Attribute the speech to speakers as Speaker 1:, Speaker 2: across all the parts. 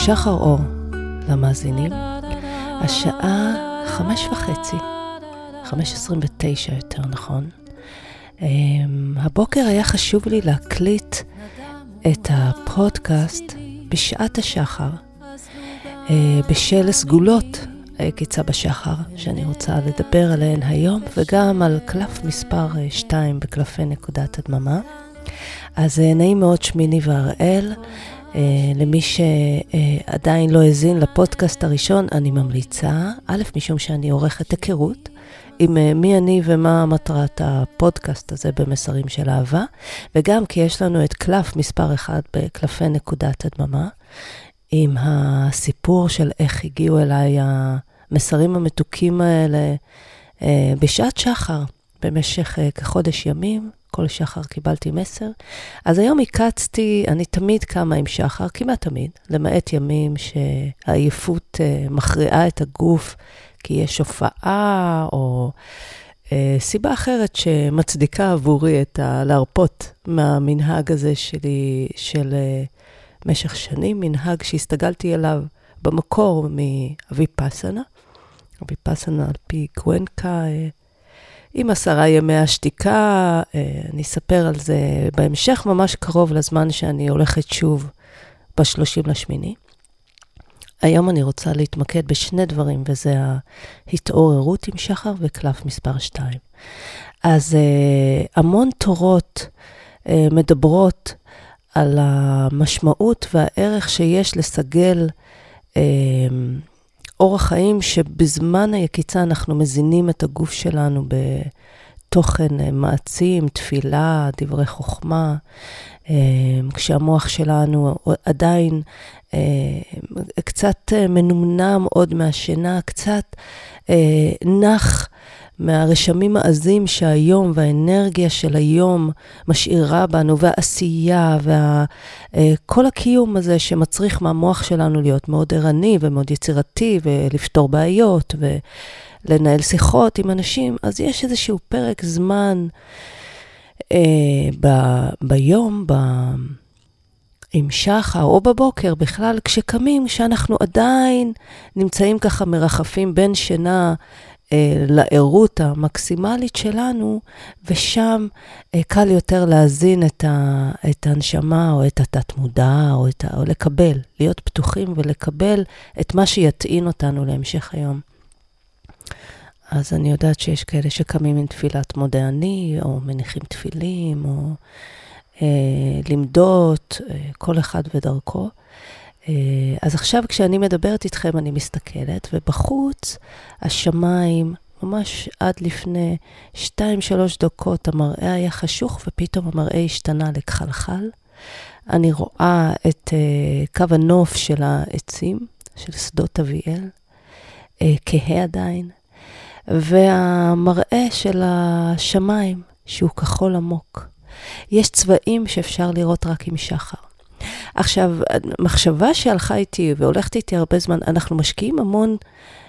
Speaker 1: שחר אור למאזינים. השעה 5:30, 5:29 יותר נכון. הבוקר היה חשוב לי להקליט את הפודקאסט בשעת השחר, בשל סגולות קיצה בשחר, שאני רוצה לדבר עליהן היום, וגם על קלף מספר 2 בקלפי נקודת הדממה. אז נעים מאוד, שמיני והראל. למי שעדיין לא הזין לפודקאסט הראשון, אני ממליצה, א', משום שאני עורכת היכרות עם מי אני ומה מטרת הפודקאסט הזה במסרים של אהבה, וגם כי יש לנו את קלף מספר 1 בקלפי נקודת הדממה, עם הסיפור של איך הגיעו אליי המסרים המתוקים האלה בשעת שחר, במשך כחודש ימים. כל שחר קיבלתי מסר. אז היום הקצתי, אני תמיד קמה עם שחר, כמעט תמיד, למעט ימים שהעייפות מכריעה את הגוף, כי יש הופעה או סיבה אחרת שמצדיקה עבורי להרפות מהמנהג הזה שלי של משך שנים, מנהג שהסתגלתי אליו במקור מאביפאסנה. אביפאסנה על פי קוונקה, עם 10 ימי השתיקה. אני אספר על זה בהמשך, ממש קרוב לזמן שאני הולכת שוב ב-30 לשמיני. היום אני רוצה להתמקד בשני דברים, וזה ההתעוררות עם שחר וקלף מספר 2. אז המון תורות מדברות על המשמעות והערך שיש לסגל אורח חיים שבזמן היקיצה אנחנו מזינים את הגוף שלנו בתוכן מעצים, תפילה, דברי חוכמה, כשהמוח שלנו עדיין קצת מנומנם עוד מהשינה, קצת נח מהרשמים העזים שהיום והאנרגיה של היום משאירה בנו, והעשייה וכל הקיום הזה שמצריך מהמוח שלנו להיות מאוד ערני ומאוד יצירתי ולפתור בעיות ולנהל שיחות עם אנשים. אז יש איזשהו פרק זמן ביום, עם שחר או בבוקר בכלל, כשקמים, שאנחנו עדיין נמצאים ככה מרחפים בין שינה לערות המקסימלית שלנו, ושם קל יותר להזין את הנשמה או את התת-מודע, או לקבל, להיות פתוחים ולקבל את מה שיטעין אותנו להמשך היום. אז אני יודעת שיש כאלה שקמים עם תפילת מודה אני, או מניחים תפילים, או למדות, כל אחד ודרכו. אז עכשיו כשאני מדברת איתכם אני מסתכלת, ובחוץ השמיים, ממש עד לפני 2-3 דקות המראה היה חשוך, ופתאום המראה השתנה לכחלחל. אני רואה את קו הנוף של העצים, של שדות אביאל, כהה עדיין, והמראה של השמיים שהוא כחול עמוק. יש צבעים שאפשר לראות רק עם שחר. עכשיו, מחשבה שהלכה איתי והולכת איתי הרבה זמן, אנחנו משקיעים המון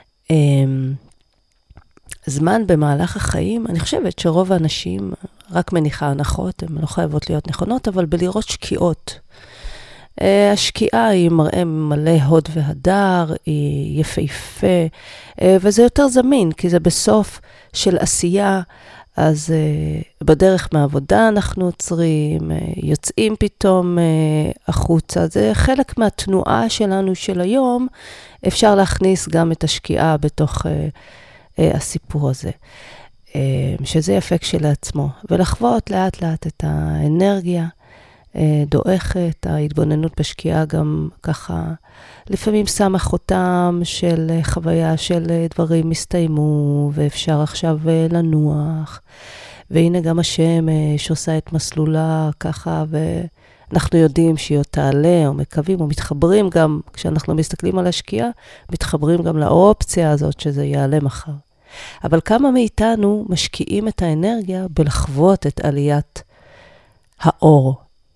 Speaker 1: זמן במהלך החיים. אני חושבת שרוב האנשים רק מניחה הנחות, הן לא חייבות להיות נכונות, אבל בלראות שקיעות. השקיעה היא מראה מלא הוד והדר, היא יפהפה, וזה יותר זמין, כי זה בסוף של עשייה. אז בדרך מהעבודה אנחנו עוצרים, יוצאים פתאום החוצה. זה חלק מהתנועה שלנו של היום. אפשר להכניס גם את השקיעה בתוך הסיפור הזה, שזה יפה כשלעצמו. ולחוות לאט לאט את האנרגיה דועכת. ההתבוננות בשקיעה גם ככה לפעמים שמה חותם של חוויה של דברים הסתיימו, ואפשר עכשיו לנוח. והנה גם השמש עושה את מסלולה ככה, ואנחנו יודעים שהיא תעלה, או מקווים, או מתחברים גם, כשאנחנו מסתכלים על השקיעה, מתחברים גם לאופציה הזאת שזה יעלה מחר. אבל כמה מאיתנו משקיעים את האנרגיה בלחוות את עליית האור?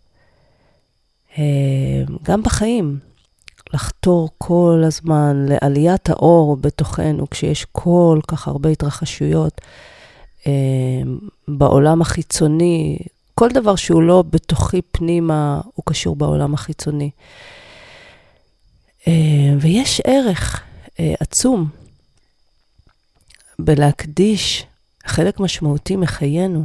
Speaker 1: גם בחיים, לחתור כל הזמן לעליית האור בתוכנו, כשיש כל כך הרבה התרחשויות בעולם החיצוני, כל דבר שהוא לא בתוכי פנימה, הוא קשור בעולם החיצוני. ויש ערך עצום בלהקדיש חלק משמעותי מחיינו,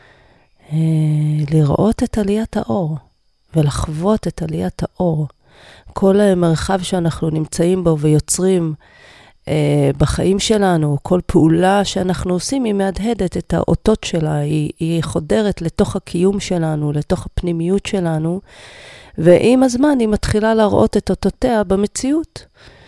Speaker 1: לראות את עליית האור ולחוות את עליית האור. כל מרחב שאנחנו נמצאים בו ויוצרים בחיים שלנו, כל פעולה שאנחנו עושים היא מהדהדת את האותות שלה, היא חודרת לתוך הקיום שלנו, לתוך הפנימיות שלנו, ועם הזמן היא מתחילה להראות את אותותיה במציאות.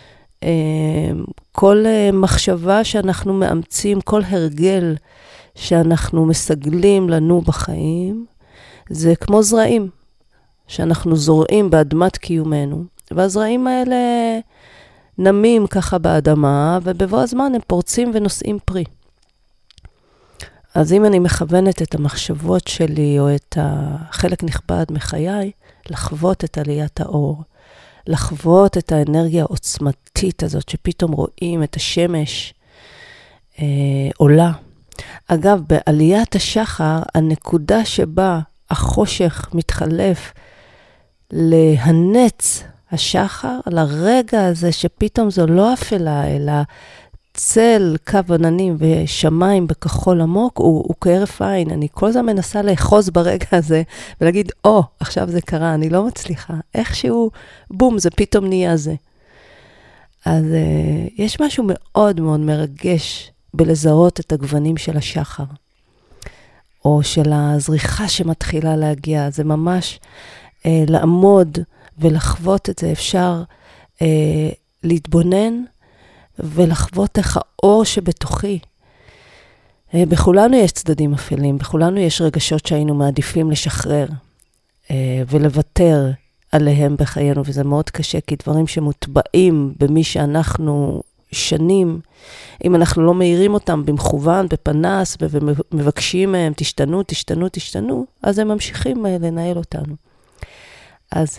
Speaker 1: כל מחשבה שאנחנו מאמצים, כל הרגל שאנחנו מסגלים לנו בחיים, זה כמו זרעים שאנחנו זורעים באדמת קיומנו, והזרעים האלה נמים ככה באדמה, ובבוא הזמן הם פורצים ונושאים פרי. אז אם אני מכוונת את המחשבות שלי, או את החלק נכבד מחיי, לחוות את עליית האור, לחוות את האנרגיה העוצמתית הזאת, שפתאום רואים את השמש עולה. אגב, בעליית השחר, הנקודה שבה החושך מתחלף להנץ השחר, לרגע הזה שפתאום זו לא אפלה, אלא צל קו עננים ושמיים בכחול עמוק, הוא כהרף עין. אני כל הזמן מנסה לאחוז ברגע הזה, ולהגיד, עכשיו זה קרה, אני לא מצליחה. איכשהו, בום, זה פתאום נהיה זה. אז יש משהו מאוד מאוד מרגש בלזהות את הגוונים של השחר, או של הזריחה שמתחילה להגיע. זה ממש לעמוד ולחוות את זה. אפשר להתבונן ולחוות איך האור שבתוכי. בכולנו יש צדדים אפלים, בכולנו יש רגשות שהיינו מעדיפים לשחרר ולוותר עליהם בחיינו, וזה מאוד קשה, כי דברים שמוטבעים במי שאנחנו שנים, אם אנחנו לא מאירים אותם במכוון, בפנס, ומבקשים מהם, תשתנו, אז הם ממשיכים לנהל אותנו. אז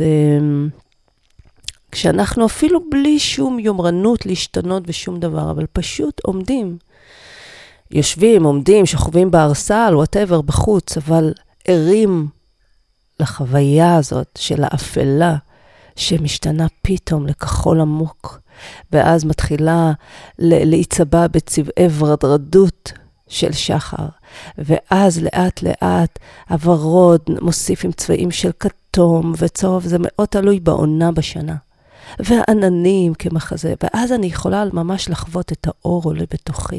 Speaker 1: כשאנחנו אפילו בלי שום יומרנות להשתנות ושום דבר, אבל פשוט עומדים, שוכבים בארסל, whatever, בחוץ, אבל ערים לחוויה הזאת של האפלה, שמשתנה פתאום לכחול עמוק, ואז מתחילה להיצבע בצבעי ורדרדות של שחר, ואז לאט לאט הוורוד מוסיף עם צבעים של כתום וצהוב, זה מאוד תלוי בעונה בשנה. והעננים כמחזה, ואז אני יכולה ממש לחוות את האור עולה בתוכי.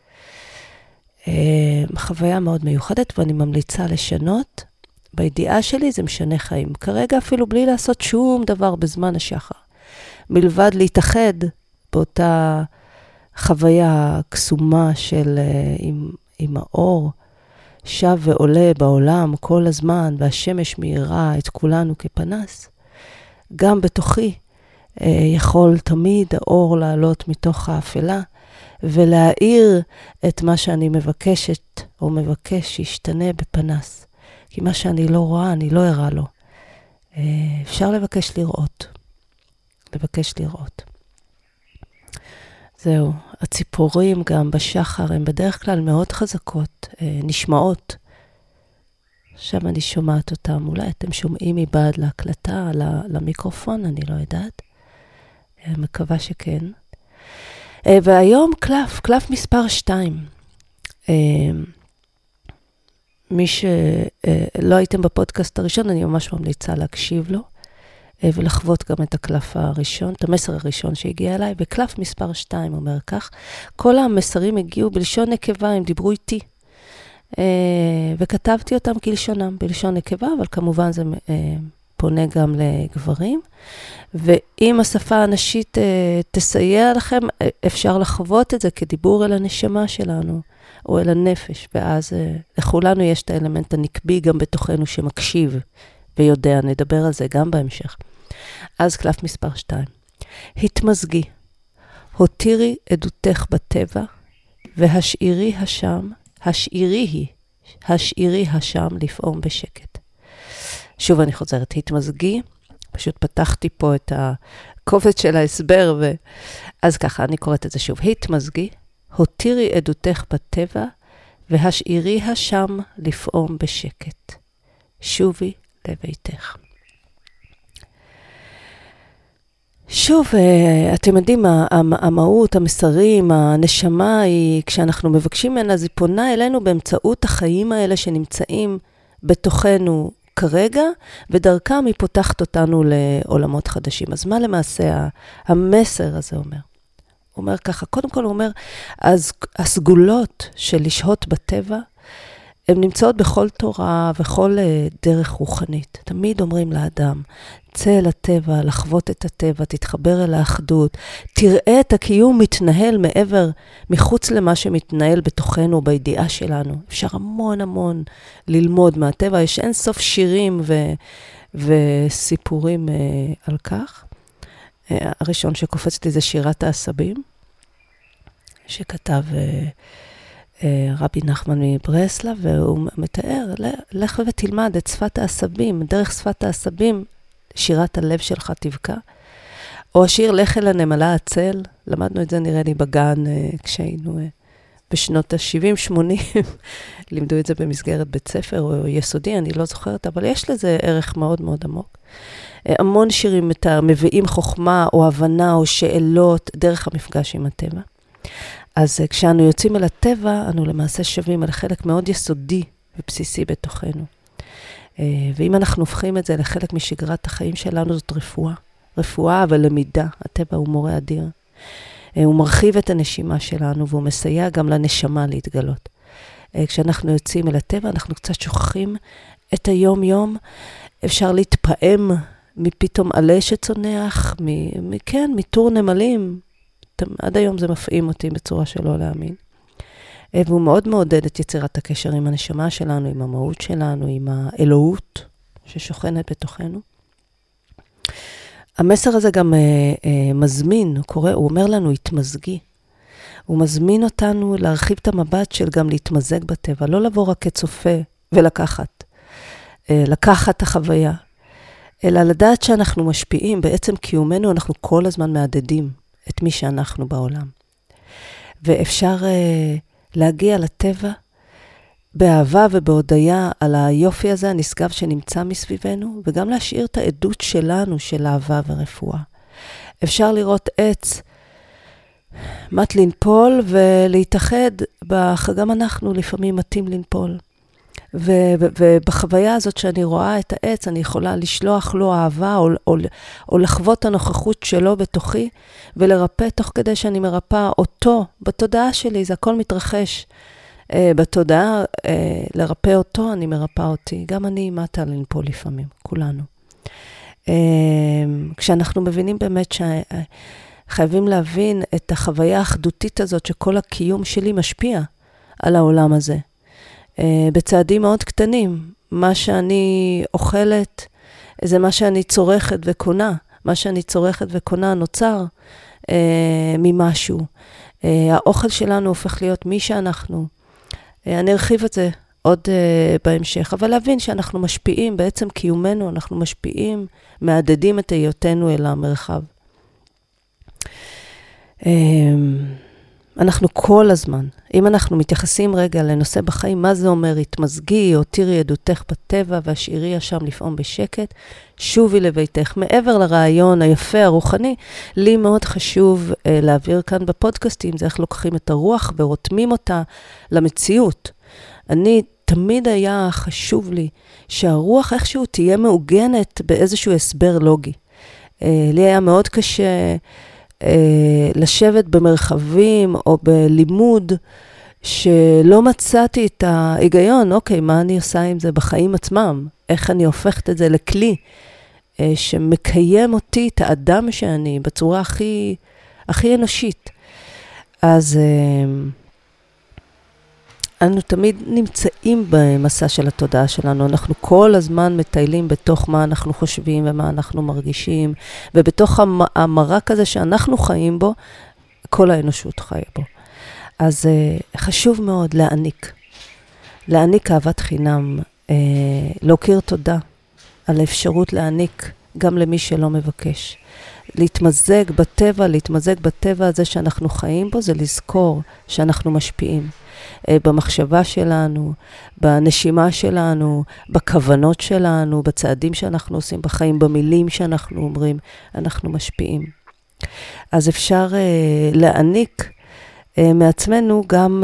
Speaker 1: חוויה מאוד מיוחדת, ואני ממליצה לשנות. בידיעה שלי זה משנה חיים. כרגע אפילו בלי לעשות שום דבר בזמן השחר. מלבד להתאחד באותה חוויה קסומה של עם האור, שב ועולה בעולם כל הזמן, והשמש מאירה את כולנו כפנס. גם בתוכי יכול תמיד האור לעלות מתוך האפלה, ולהאיר את מה שאני מבקשת או מבקש שישתנה בפנס. כי מה שאני לא רואה, אני לא אראה לו. אפשר לבקש לראות. זהו, הציפורים גם בשחר הן בדרך כלל מאוד חזקות, נשמעות. עכשיו אני שומעת אותם, אולי אתם שומעים מבעד להקלטה, למיקרופון, אני לא יודעת. מקווה שכן. והיום קלף מספר 2. מי שלא הייתם בפודקאסט הראשון, אני ממש ממליצה להקשיב לו, ולחוות גם את הקלף הראשון, את המסר הראשון שהגיע אליי, וקלף מספר 2 אומר כך, כל המסרים הגיעו בלשון נקבה, הם דיברו איתי, וכתבתי אותם כלשונם, בלשון נקבה, אבל כמובן זה פונה גם לגברים, ואם השפה הנשית תסייע לכם, אפשר לחוות את זה כדיבור אל הנשמה שלנו, או אל הנפש, ואז לכולנו יש את האלמנט הנקבי גם בתוכנו שמקשיב ויודע, נדבר על זה גם בהמשך. אז קלף מספר 2. התמזגי, הותירי עדותך בטבע, והשאירי השם לפעום בשקט. שוב אני חוזרת, התמזגי, פשוט פתחתי פה את הקובץ של ההסבר, אז ככה אני קוראת את זה שוב, התמזגי, הותירי עדותך בטבע, והשאירי השם לפעום בשקט. שובי לביתך. שוב, אתם יודעים, המהות, המסרים, הנשמה היא, כשאנחנו מבקשים ממנה, אז היא פונה אלינו באמצעות החיים האלה שנמצאים בתוכנו כרגע, ודרכם היא פותחת אותנו לעולמות חדשים. אז מה למעשה המסר הזה אומר? הוא אומר ככה, קודם כל הוא אומר, הסגולות של לשהות בטבע, הן נמצאות בכל תורה וכל דרך רוחנית. תמיד אומרים לאדם, צא אל הטבע, לחוות את הטבע, תתחבר אל האחדות, תראה את הקיום מתנהל מחוץ למה שמתנהל בתוכנו, בידיעה שלנו. אפשר המון המון ללמוד מהטבע, יש אין סוף שירים וסיפורים על כך. הראשון שקופצתי זה שירת העשבים, שכתב רבי נחמן מברסלב, והוא מתאר, לך ותלמד את שפת העשבים, דרך שפת העשבים, שירת הלב שלך תבקע. או השיר לך אל הנמלה הצל, למדנו את זה נראה לי בגן כשהיינו בשנות ה-70-80, לימדו את זה במסגרת בית ספר או יסודי, אני לא זוכרת, אבל יש לזה ערך מאוד מאוד עמוק. המון שירים מביאים חוכמה או הבנה או שאלות דרך המפגש עם הטבע. אז כשאנו יוצאים אל הטבע, אנו למעשה שווים על חלק מאוד יסודי ובסיסי בתוכנו. ואם אנחנו הופכים את זה לחלק משגרת החיים שלנו, זאת רפואה. רפואה ולמידה. הטבע הוא מורה אדיר. הוא מרחיב את הנשימה שלנו, והוא מסייע גם לנשמה להתגלות. כשאנחנו יוצאים אל הטבע, אנחנו קצת שוכחים את היום-יום. אפשר להתפעם מפתאום עלה שצונח, מטור נמלים. עד היום זה מפעים אותי בצורה שלא להאמין. והוא מאוד מעודד את יצירת הקשר עם הנשמה שלנו, עם המהות שלנו, עם האלוהות ששוכנת בתוכנו. המסר הזה גם מזמין, הוא אומר לנו, התמזגי. הוא מזמין אותנו להרחיב את המבט של גם להתמזג בטבע, לא לבוא רק כצופה ולקחת. לקחת את החוויה, אלא לדעת שאנחנו משפיעים, בעצם קיומנו אנחנו כל הזמן מעדדים את מי שאנחנו בעולם. ואפשר להגיע לטבע באהבה ובהודיה על היופי הזה הנשגב שנמצא מסביבנו, וגם להשאיר את העדות שלנו של אהבה ורפואה. אפשר לראות עץ מת לנפול ולהתאחד, גם אנחנו לפעמים מתים לנפול. ובחוויה הזאת שאני רואה את העץ, אני יכולה לשלוח לו אהבה או לחוות הנוכחות שלו בתוכי, ולרפא תוך כדי שאני מרפא אותו בתודעה שלי, זה הכל מתרחש בתודעה, לרפא אותו, אני מרפא אותי. גם אני מתה לנפול לפעמים, כולנו. כשאנחנו מבינים באמת שחייבים להבין את החוויה האחדותית הזאת, שכל הקיום שלי משפיע על העולם הזה. בצעדים מאוד קטנים, מה שאני אוכלת, זה מה שאני צורכת וקונה. מה שאני צורכת וקונה נוצר ממשהו. האוכל שלנו הופך להיות מי שאנחנו. אני ארחיב את זה עוד בהמשך, אבל להבין שאנחנו משפיעים, בעצם קיומנו, אנחנו משפיעים, מעדדים את היותנו אל המרחב. אנחנו כל הזמן, אם אנחנו מתייחסים רגע לנושא בחיים, מה זה אומר? התמזגי, הותירי עדותך בטבע והשאירי שם לפעום בשקט, שובי לביתך. מעבר לרעיון היפה הרוחני, לי מאוד חשוב להעביר כאן בפודקאסטים, זה איך לוקחים את הרוח ורותמים אותה למציאות. תמיד היה חשוב לי שהרוח איכשהו תהיה מעוגנת באיזשהו הסבר לוגי. לי היה מאוד קשה לשבת במרחבים או בלימוד שלא מצאתי את ההיגיון, אוקיי, מה אני עושה עם זה בחיים עצמם? איך אני הופכת את זה לכלי שמקיים אותי, את האדם שאני, בצורה הכי אנושית. אז אנו תמיד נמצאים במסע של התודעה שלנו, אנחנו כל הזמן מטיילים בתוך מה אנחנו חושבים ומה אנחנו מרגישים, ובתוך המרק הזה שאנחנו חיים בו, כל האנושות חיה בו. אז חשוב מאוד להעניק אהבת חינם, להוקיר תודה על האפשרות להעניק גם למי שלא מבקש, להתמזג בטבע הזה שאנחנו חיים בו, זה לזכור שאנחנו משפיעים. במחשבה שלנו, בנשימה שלנו, בכוונות שלנו, בצעדים שאנחנו עושים בחיים, במילים שאנחנו אומרים, אנחנו משפיעים. אז אפשר להעניק מעצמנו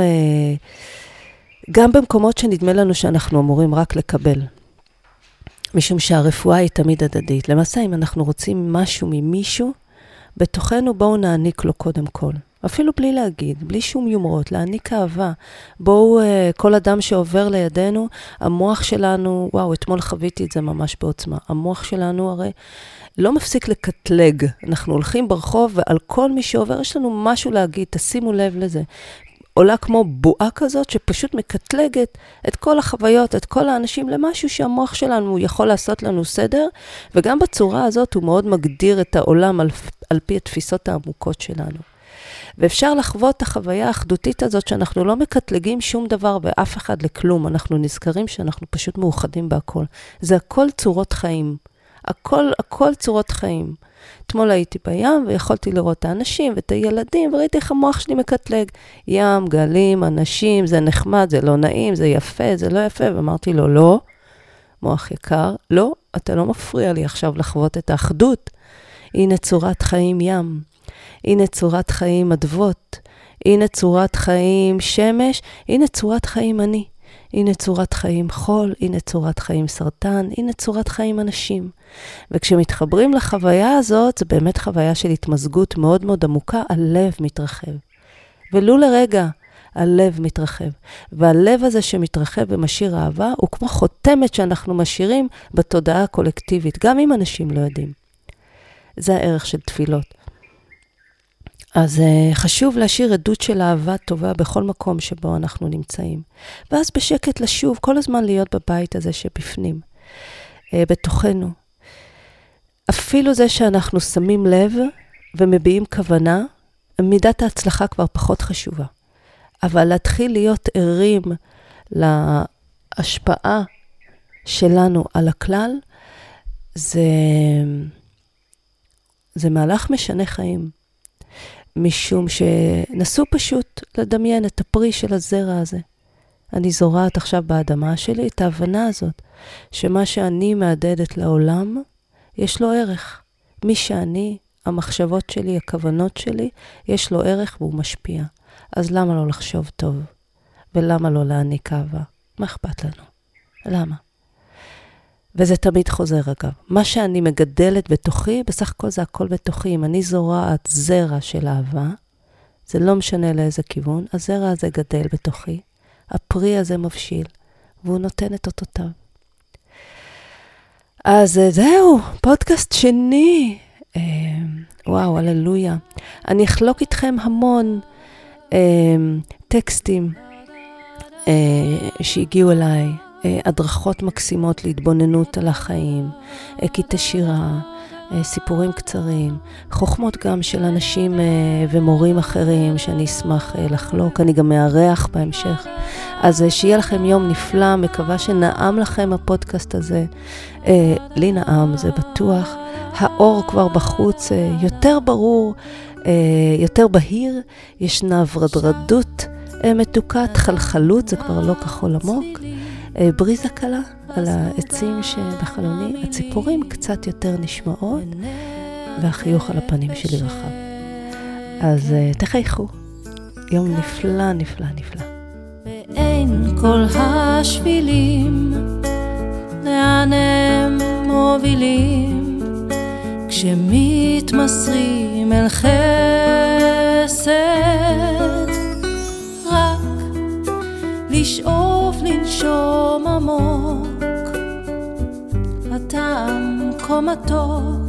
Speaker 1: גם במקומות שנדמה לנו שאנחנו אמורים רק לקבל. משום שהרפואה היא תמיד הדדית. למעשה, אם אנחנו רוצים משהו ממישהו, בתוכנו בואו נעניק לו קודם כל. אפילו בלי להגיד, בלי שום יומרות, להעניק אהבה. בואו, כל אדם שעובר לידינו, המוח שלנו, וואו, אתמול חוויתי את זה ממש בעוצמה. המוח שלנו הרי לא מפסיק לקטלג. אנחנו הולכים ברחוב ועל כל מי שעובר יש לנו משהו להגיד, תשימו לב לזה. עולה כמו בועה כזאת שפשוט מקטלגת את כל החוויות, את כל האנשים למשהו שהמוח שלנו יכול לעשות לנו סדר, וגם בצורה הזאת הוא מאוד מגדיר את העולם על פי התפיסות העמוקות שלנו. ואפשר לחוות את החוויה האחדותית הזאת שאנחנו לא מקטלגים שום דבר ואף אחד לכלום, אנחנו נזכרים שאנחנו פשוט מאוחדים בהכל. זה הכל צורות חיים. הכל צורות חיים. אתמול הייתי בים ויכולתי לראות את האנשים ואת הילדים, וראיתי איך המוח שלי מקטלג. ים, גלים, אנשים, זה נחמד, זה לא נעים, זה יפה, זה לא יפה. ואמרתי לו, לא, מוח יקר, לא, אתה לא מפריע לי עכשיו לחוות את האחדות. הנה צורת חיים ים, הנה צורת חיים אדוות, הנה צורת חיים שמש, הנה צורת חיים אני. הנה צורת חיים חול, הנה צורת חיים סרטן, הנה צורת חיים אנשים. וכשמתחברים לחוויה הזאת, זה באמת חוויה של התמזגות מאוד מאוד עמוקה, הלב מתרחב. ולו לרגע, הלב מתרחב. והלב הזה שמתרחב ומשאיר אהבה, הוא כמו חותמת שאנחנו משאירים בתודעה הקולקטיבית, גם אם אנשים לא יודעים. זה הערך של תפילות. אז חשוב להשאיר עדות של אהבה טובה בכל מקום שבו אנחנו נמצאים. ואז בשקט לשוב, כל הזמן להיות בבית הזה שבפנים, בתוכנו. אפילו זה שאנחנו שמים לב ומביעים כוונה, מידת ההצלחה כבר פחות חשובה. אבל להתחיל להיות ערים להשפעה שלנו על הכלל, זה מהלך משנה חיים. משום שנסו פשוט לדמיין את הפרי של הזרע הזה. אני זורעת עכשיו באדמה שלי את ההבנה הזאת, שמה שאני מעדדת לעולם, יש לו ערך. מי שאני, המחשבות שלי, הכוונות שלי, יש לו ערך והוא משפיע. אז למה לא לחשוב טוב? ולמה לא להעניק אהבה? מה אכפת לנו? למה? וזה תמיד חוזר אגב. מה שאני מגדלת בתוכי, בסך הכל זה הכל בתוכי. אם אני זורעת זרע של אהבה, זה לא משנה לאיזה כיוון, הזרע הזה גדל בתוכי, הפרי הזה מבשיל, והוא נותן את אותותיו. אז זהו, פודקאסט שני. וואו, הללויה. אני אחלוק איתכם המון טקסטים שהגיעו אליי, הדרכות מקסימות להתבוננות על החיים, קטעי שירה, סיפורים קצרים, חוכמות גם של אנשים ומורים אחרים שאני אשמח לחלוק, אני גם מארח בהמשך. אז שיהיה לכם יום נפלא, מקווה שנעם לכם הפודקאסט הזה. לי נעם, זה בטוח. האור כבר בחוץ יותר ברור, יותר בהיר, ישנה ורדרדות מתוקת, חלחלות, זה כבר לא כחול עמוק. בריזה קלה על העצים שבחלוני, הציפורים קצת יותר נשמעות, והחיוך על הפנים שלי רחב. אז תחייכו, יום נפלא, נפלא, נפלא.
Speaker 2: ואין כל השבילים, לאן הם מובילים, כשמתמסרים אל חסד, רק לשאוף לנשום עמוק, הטעם כה מתוק,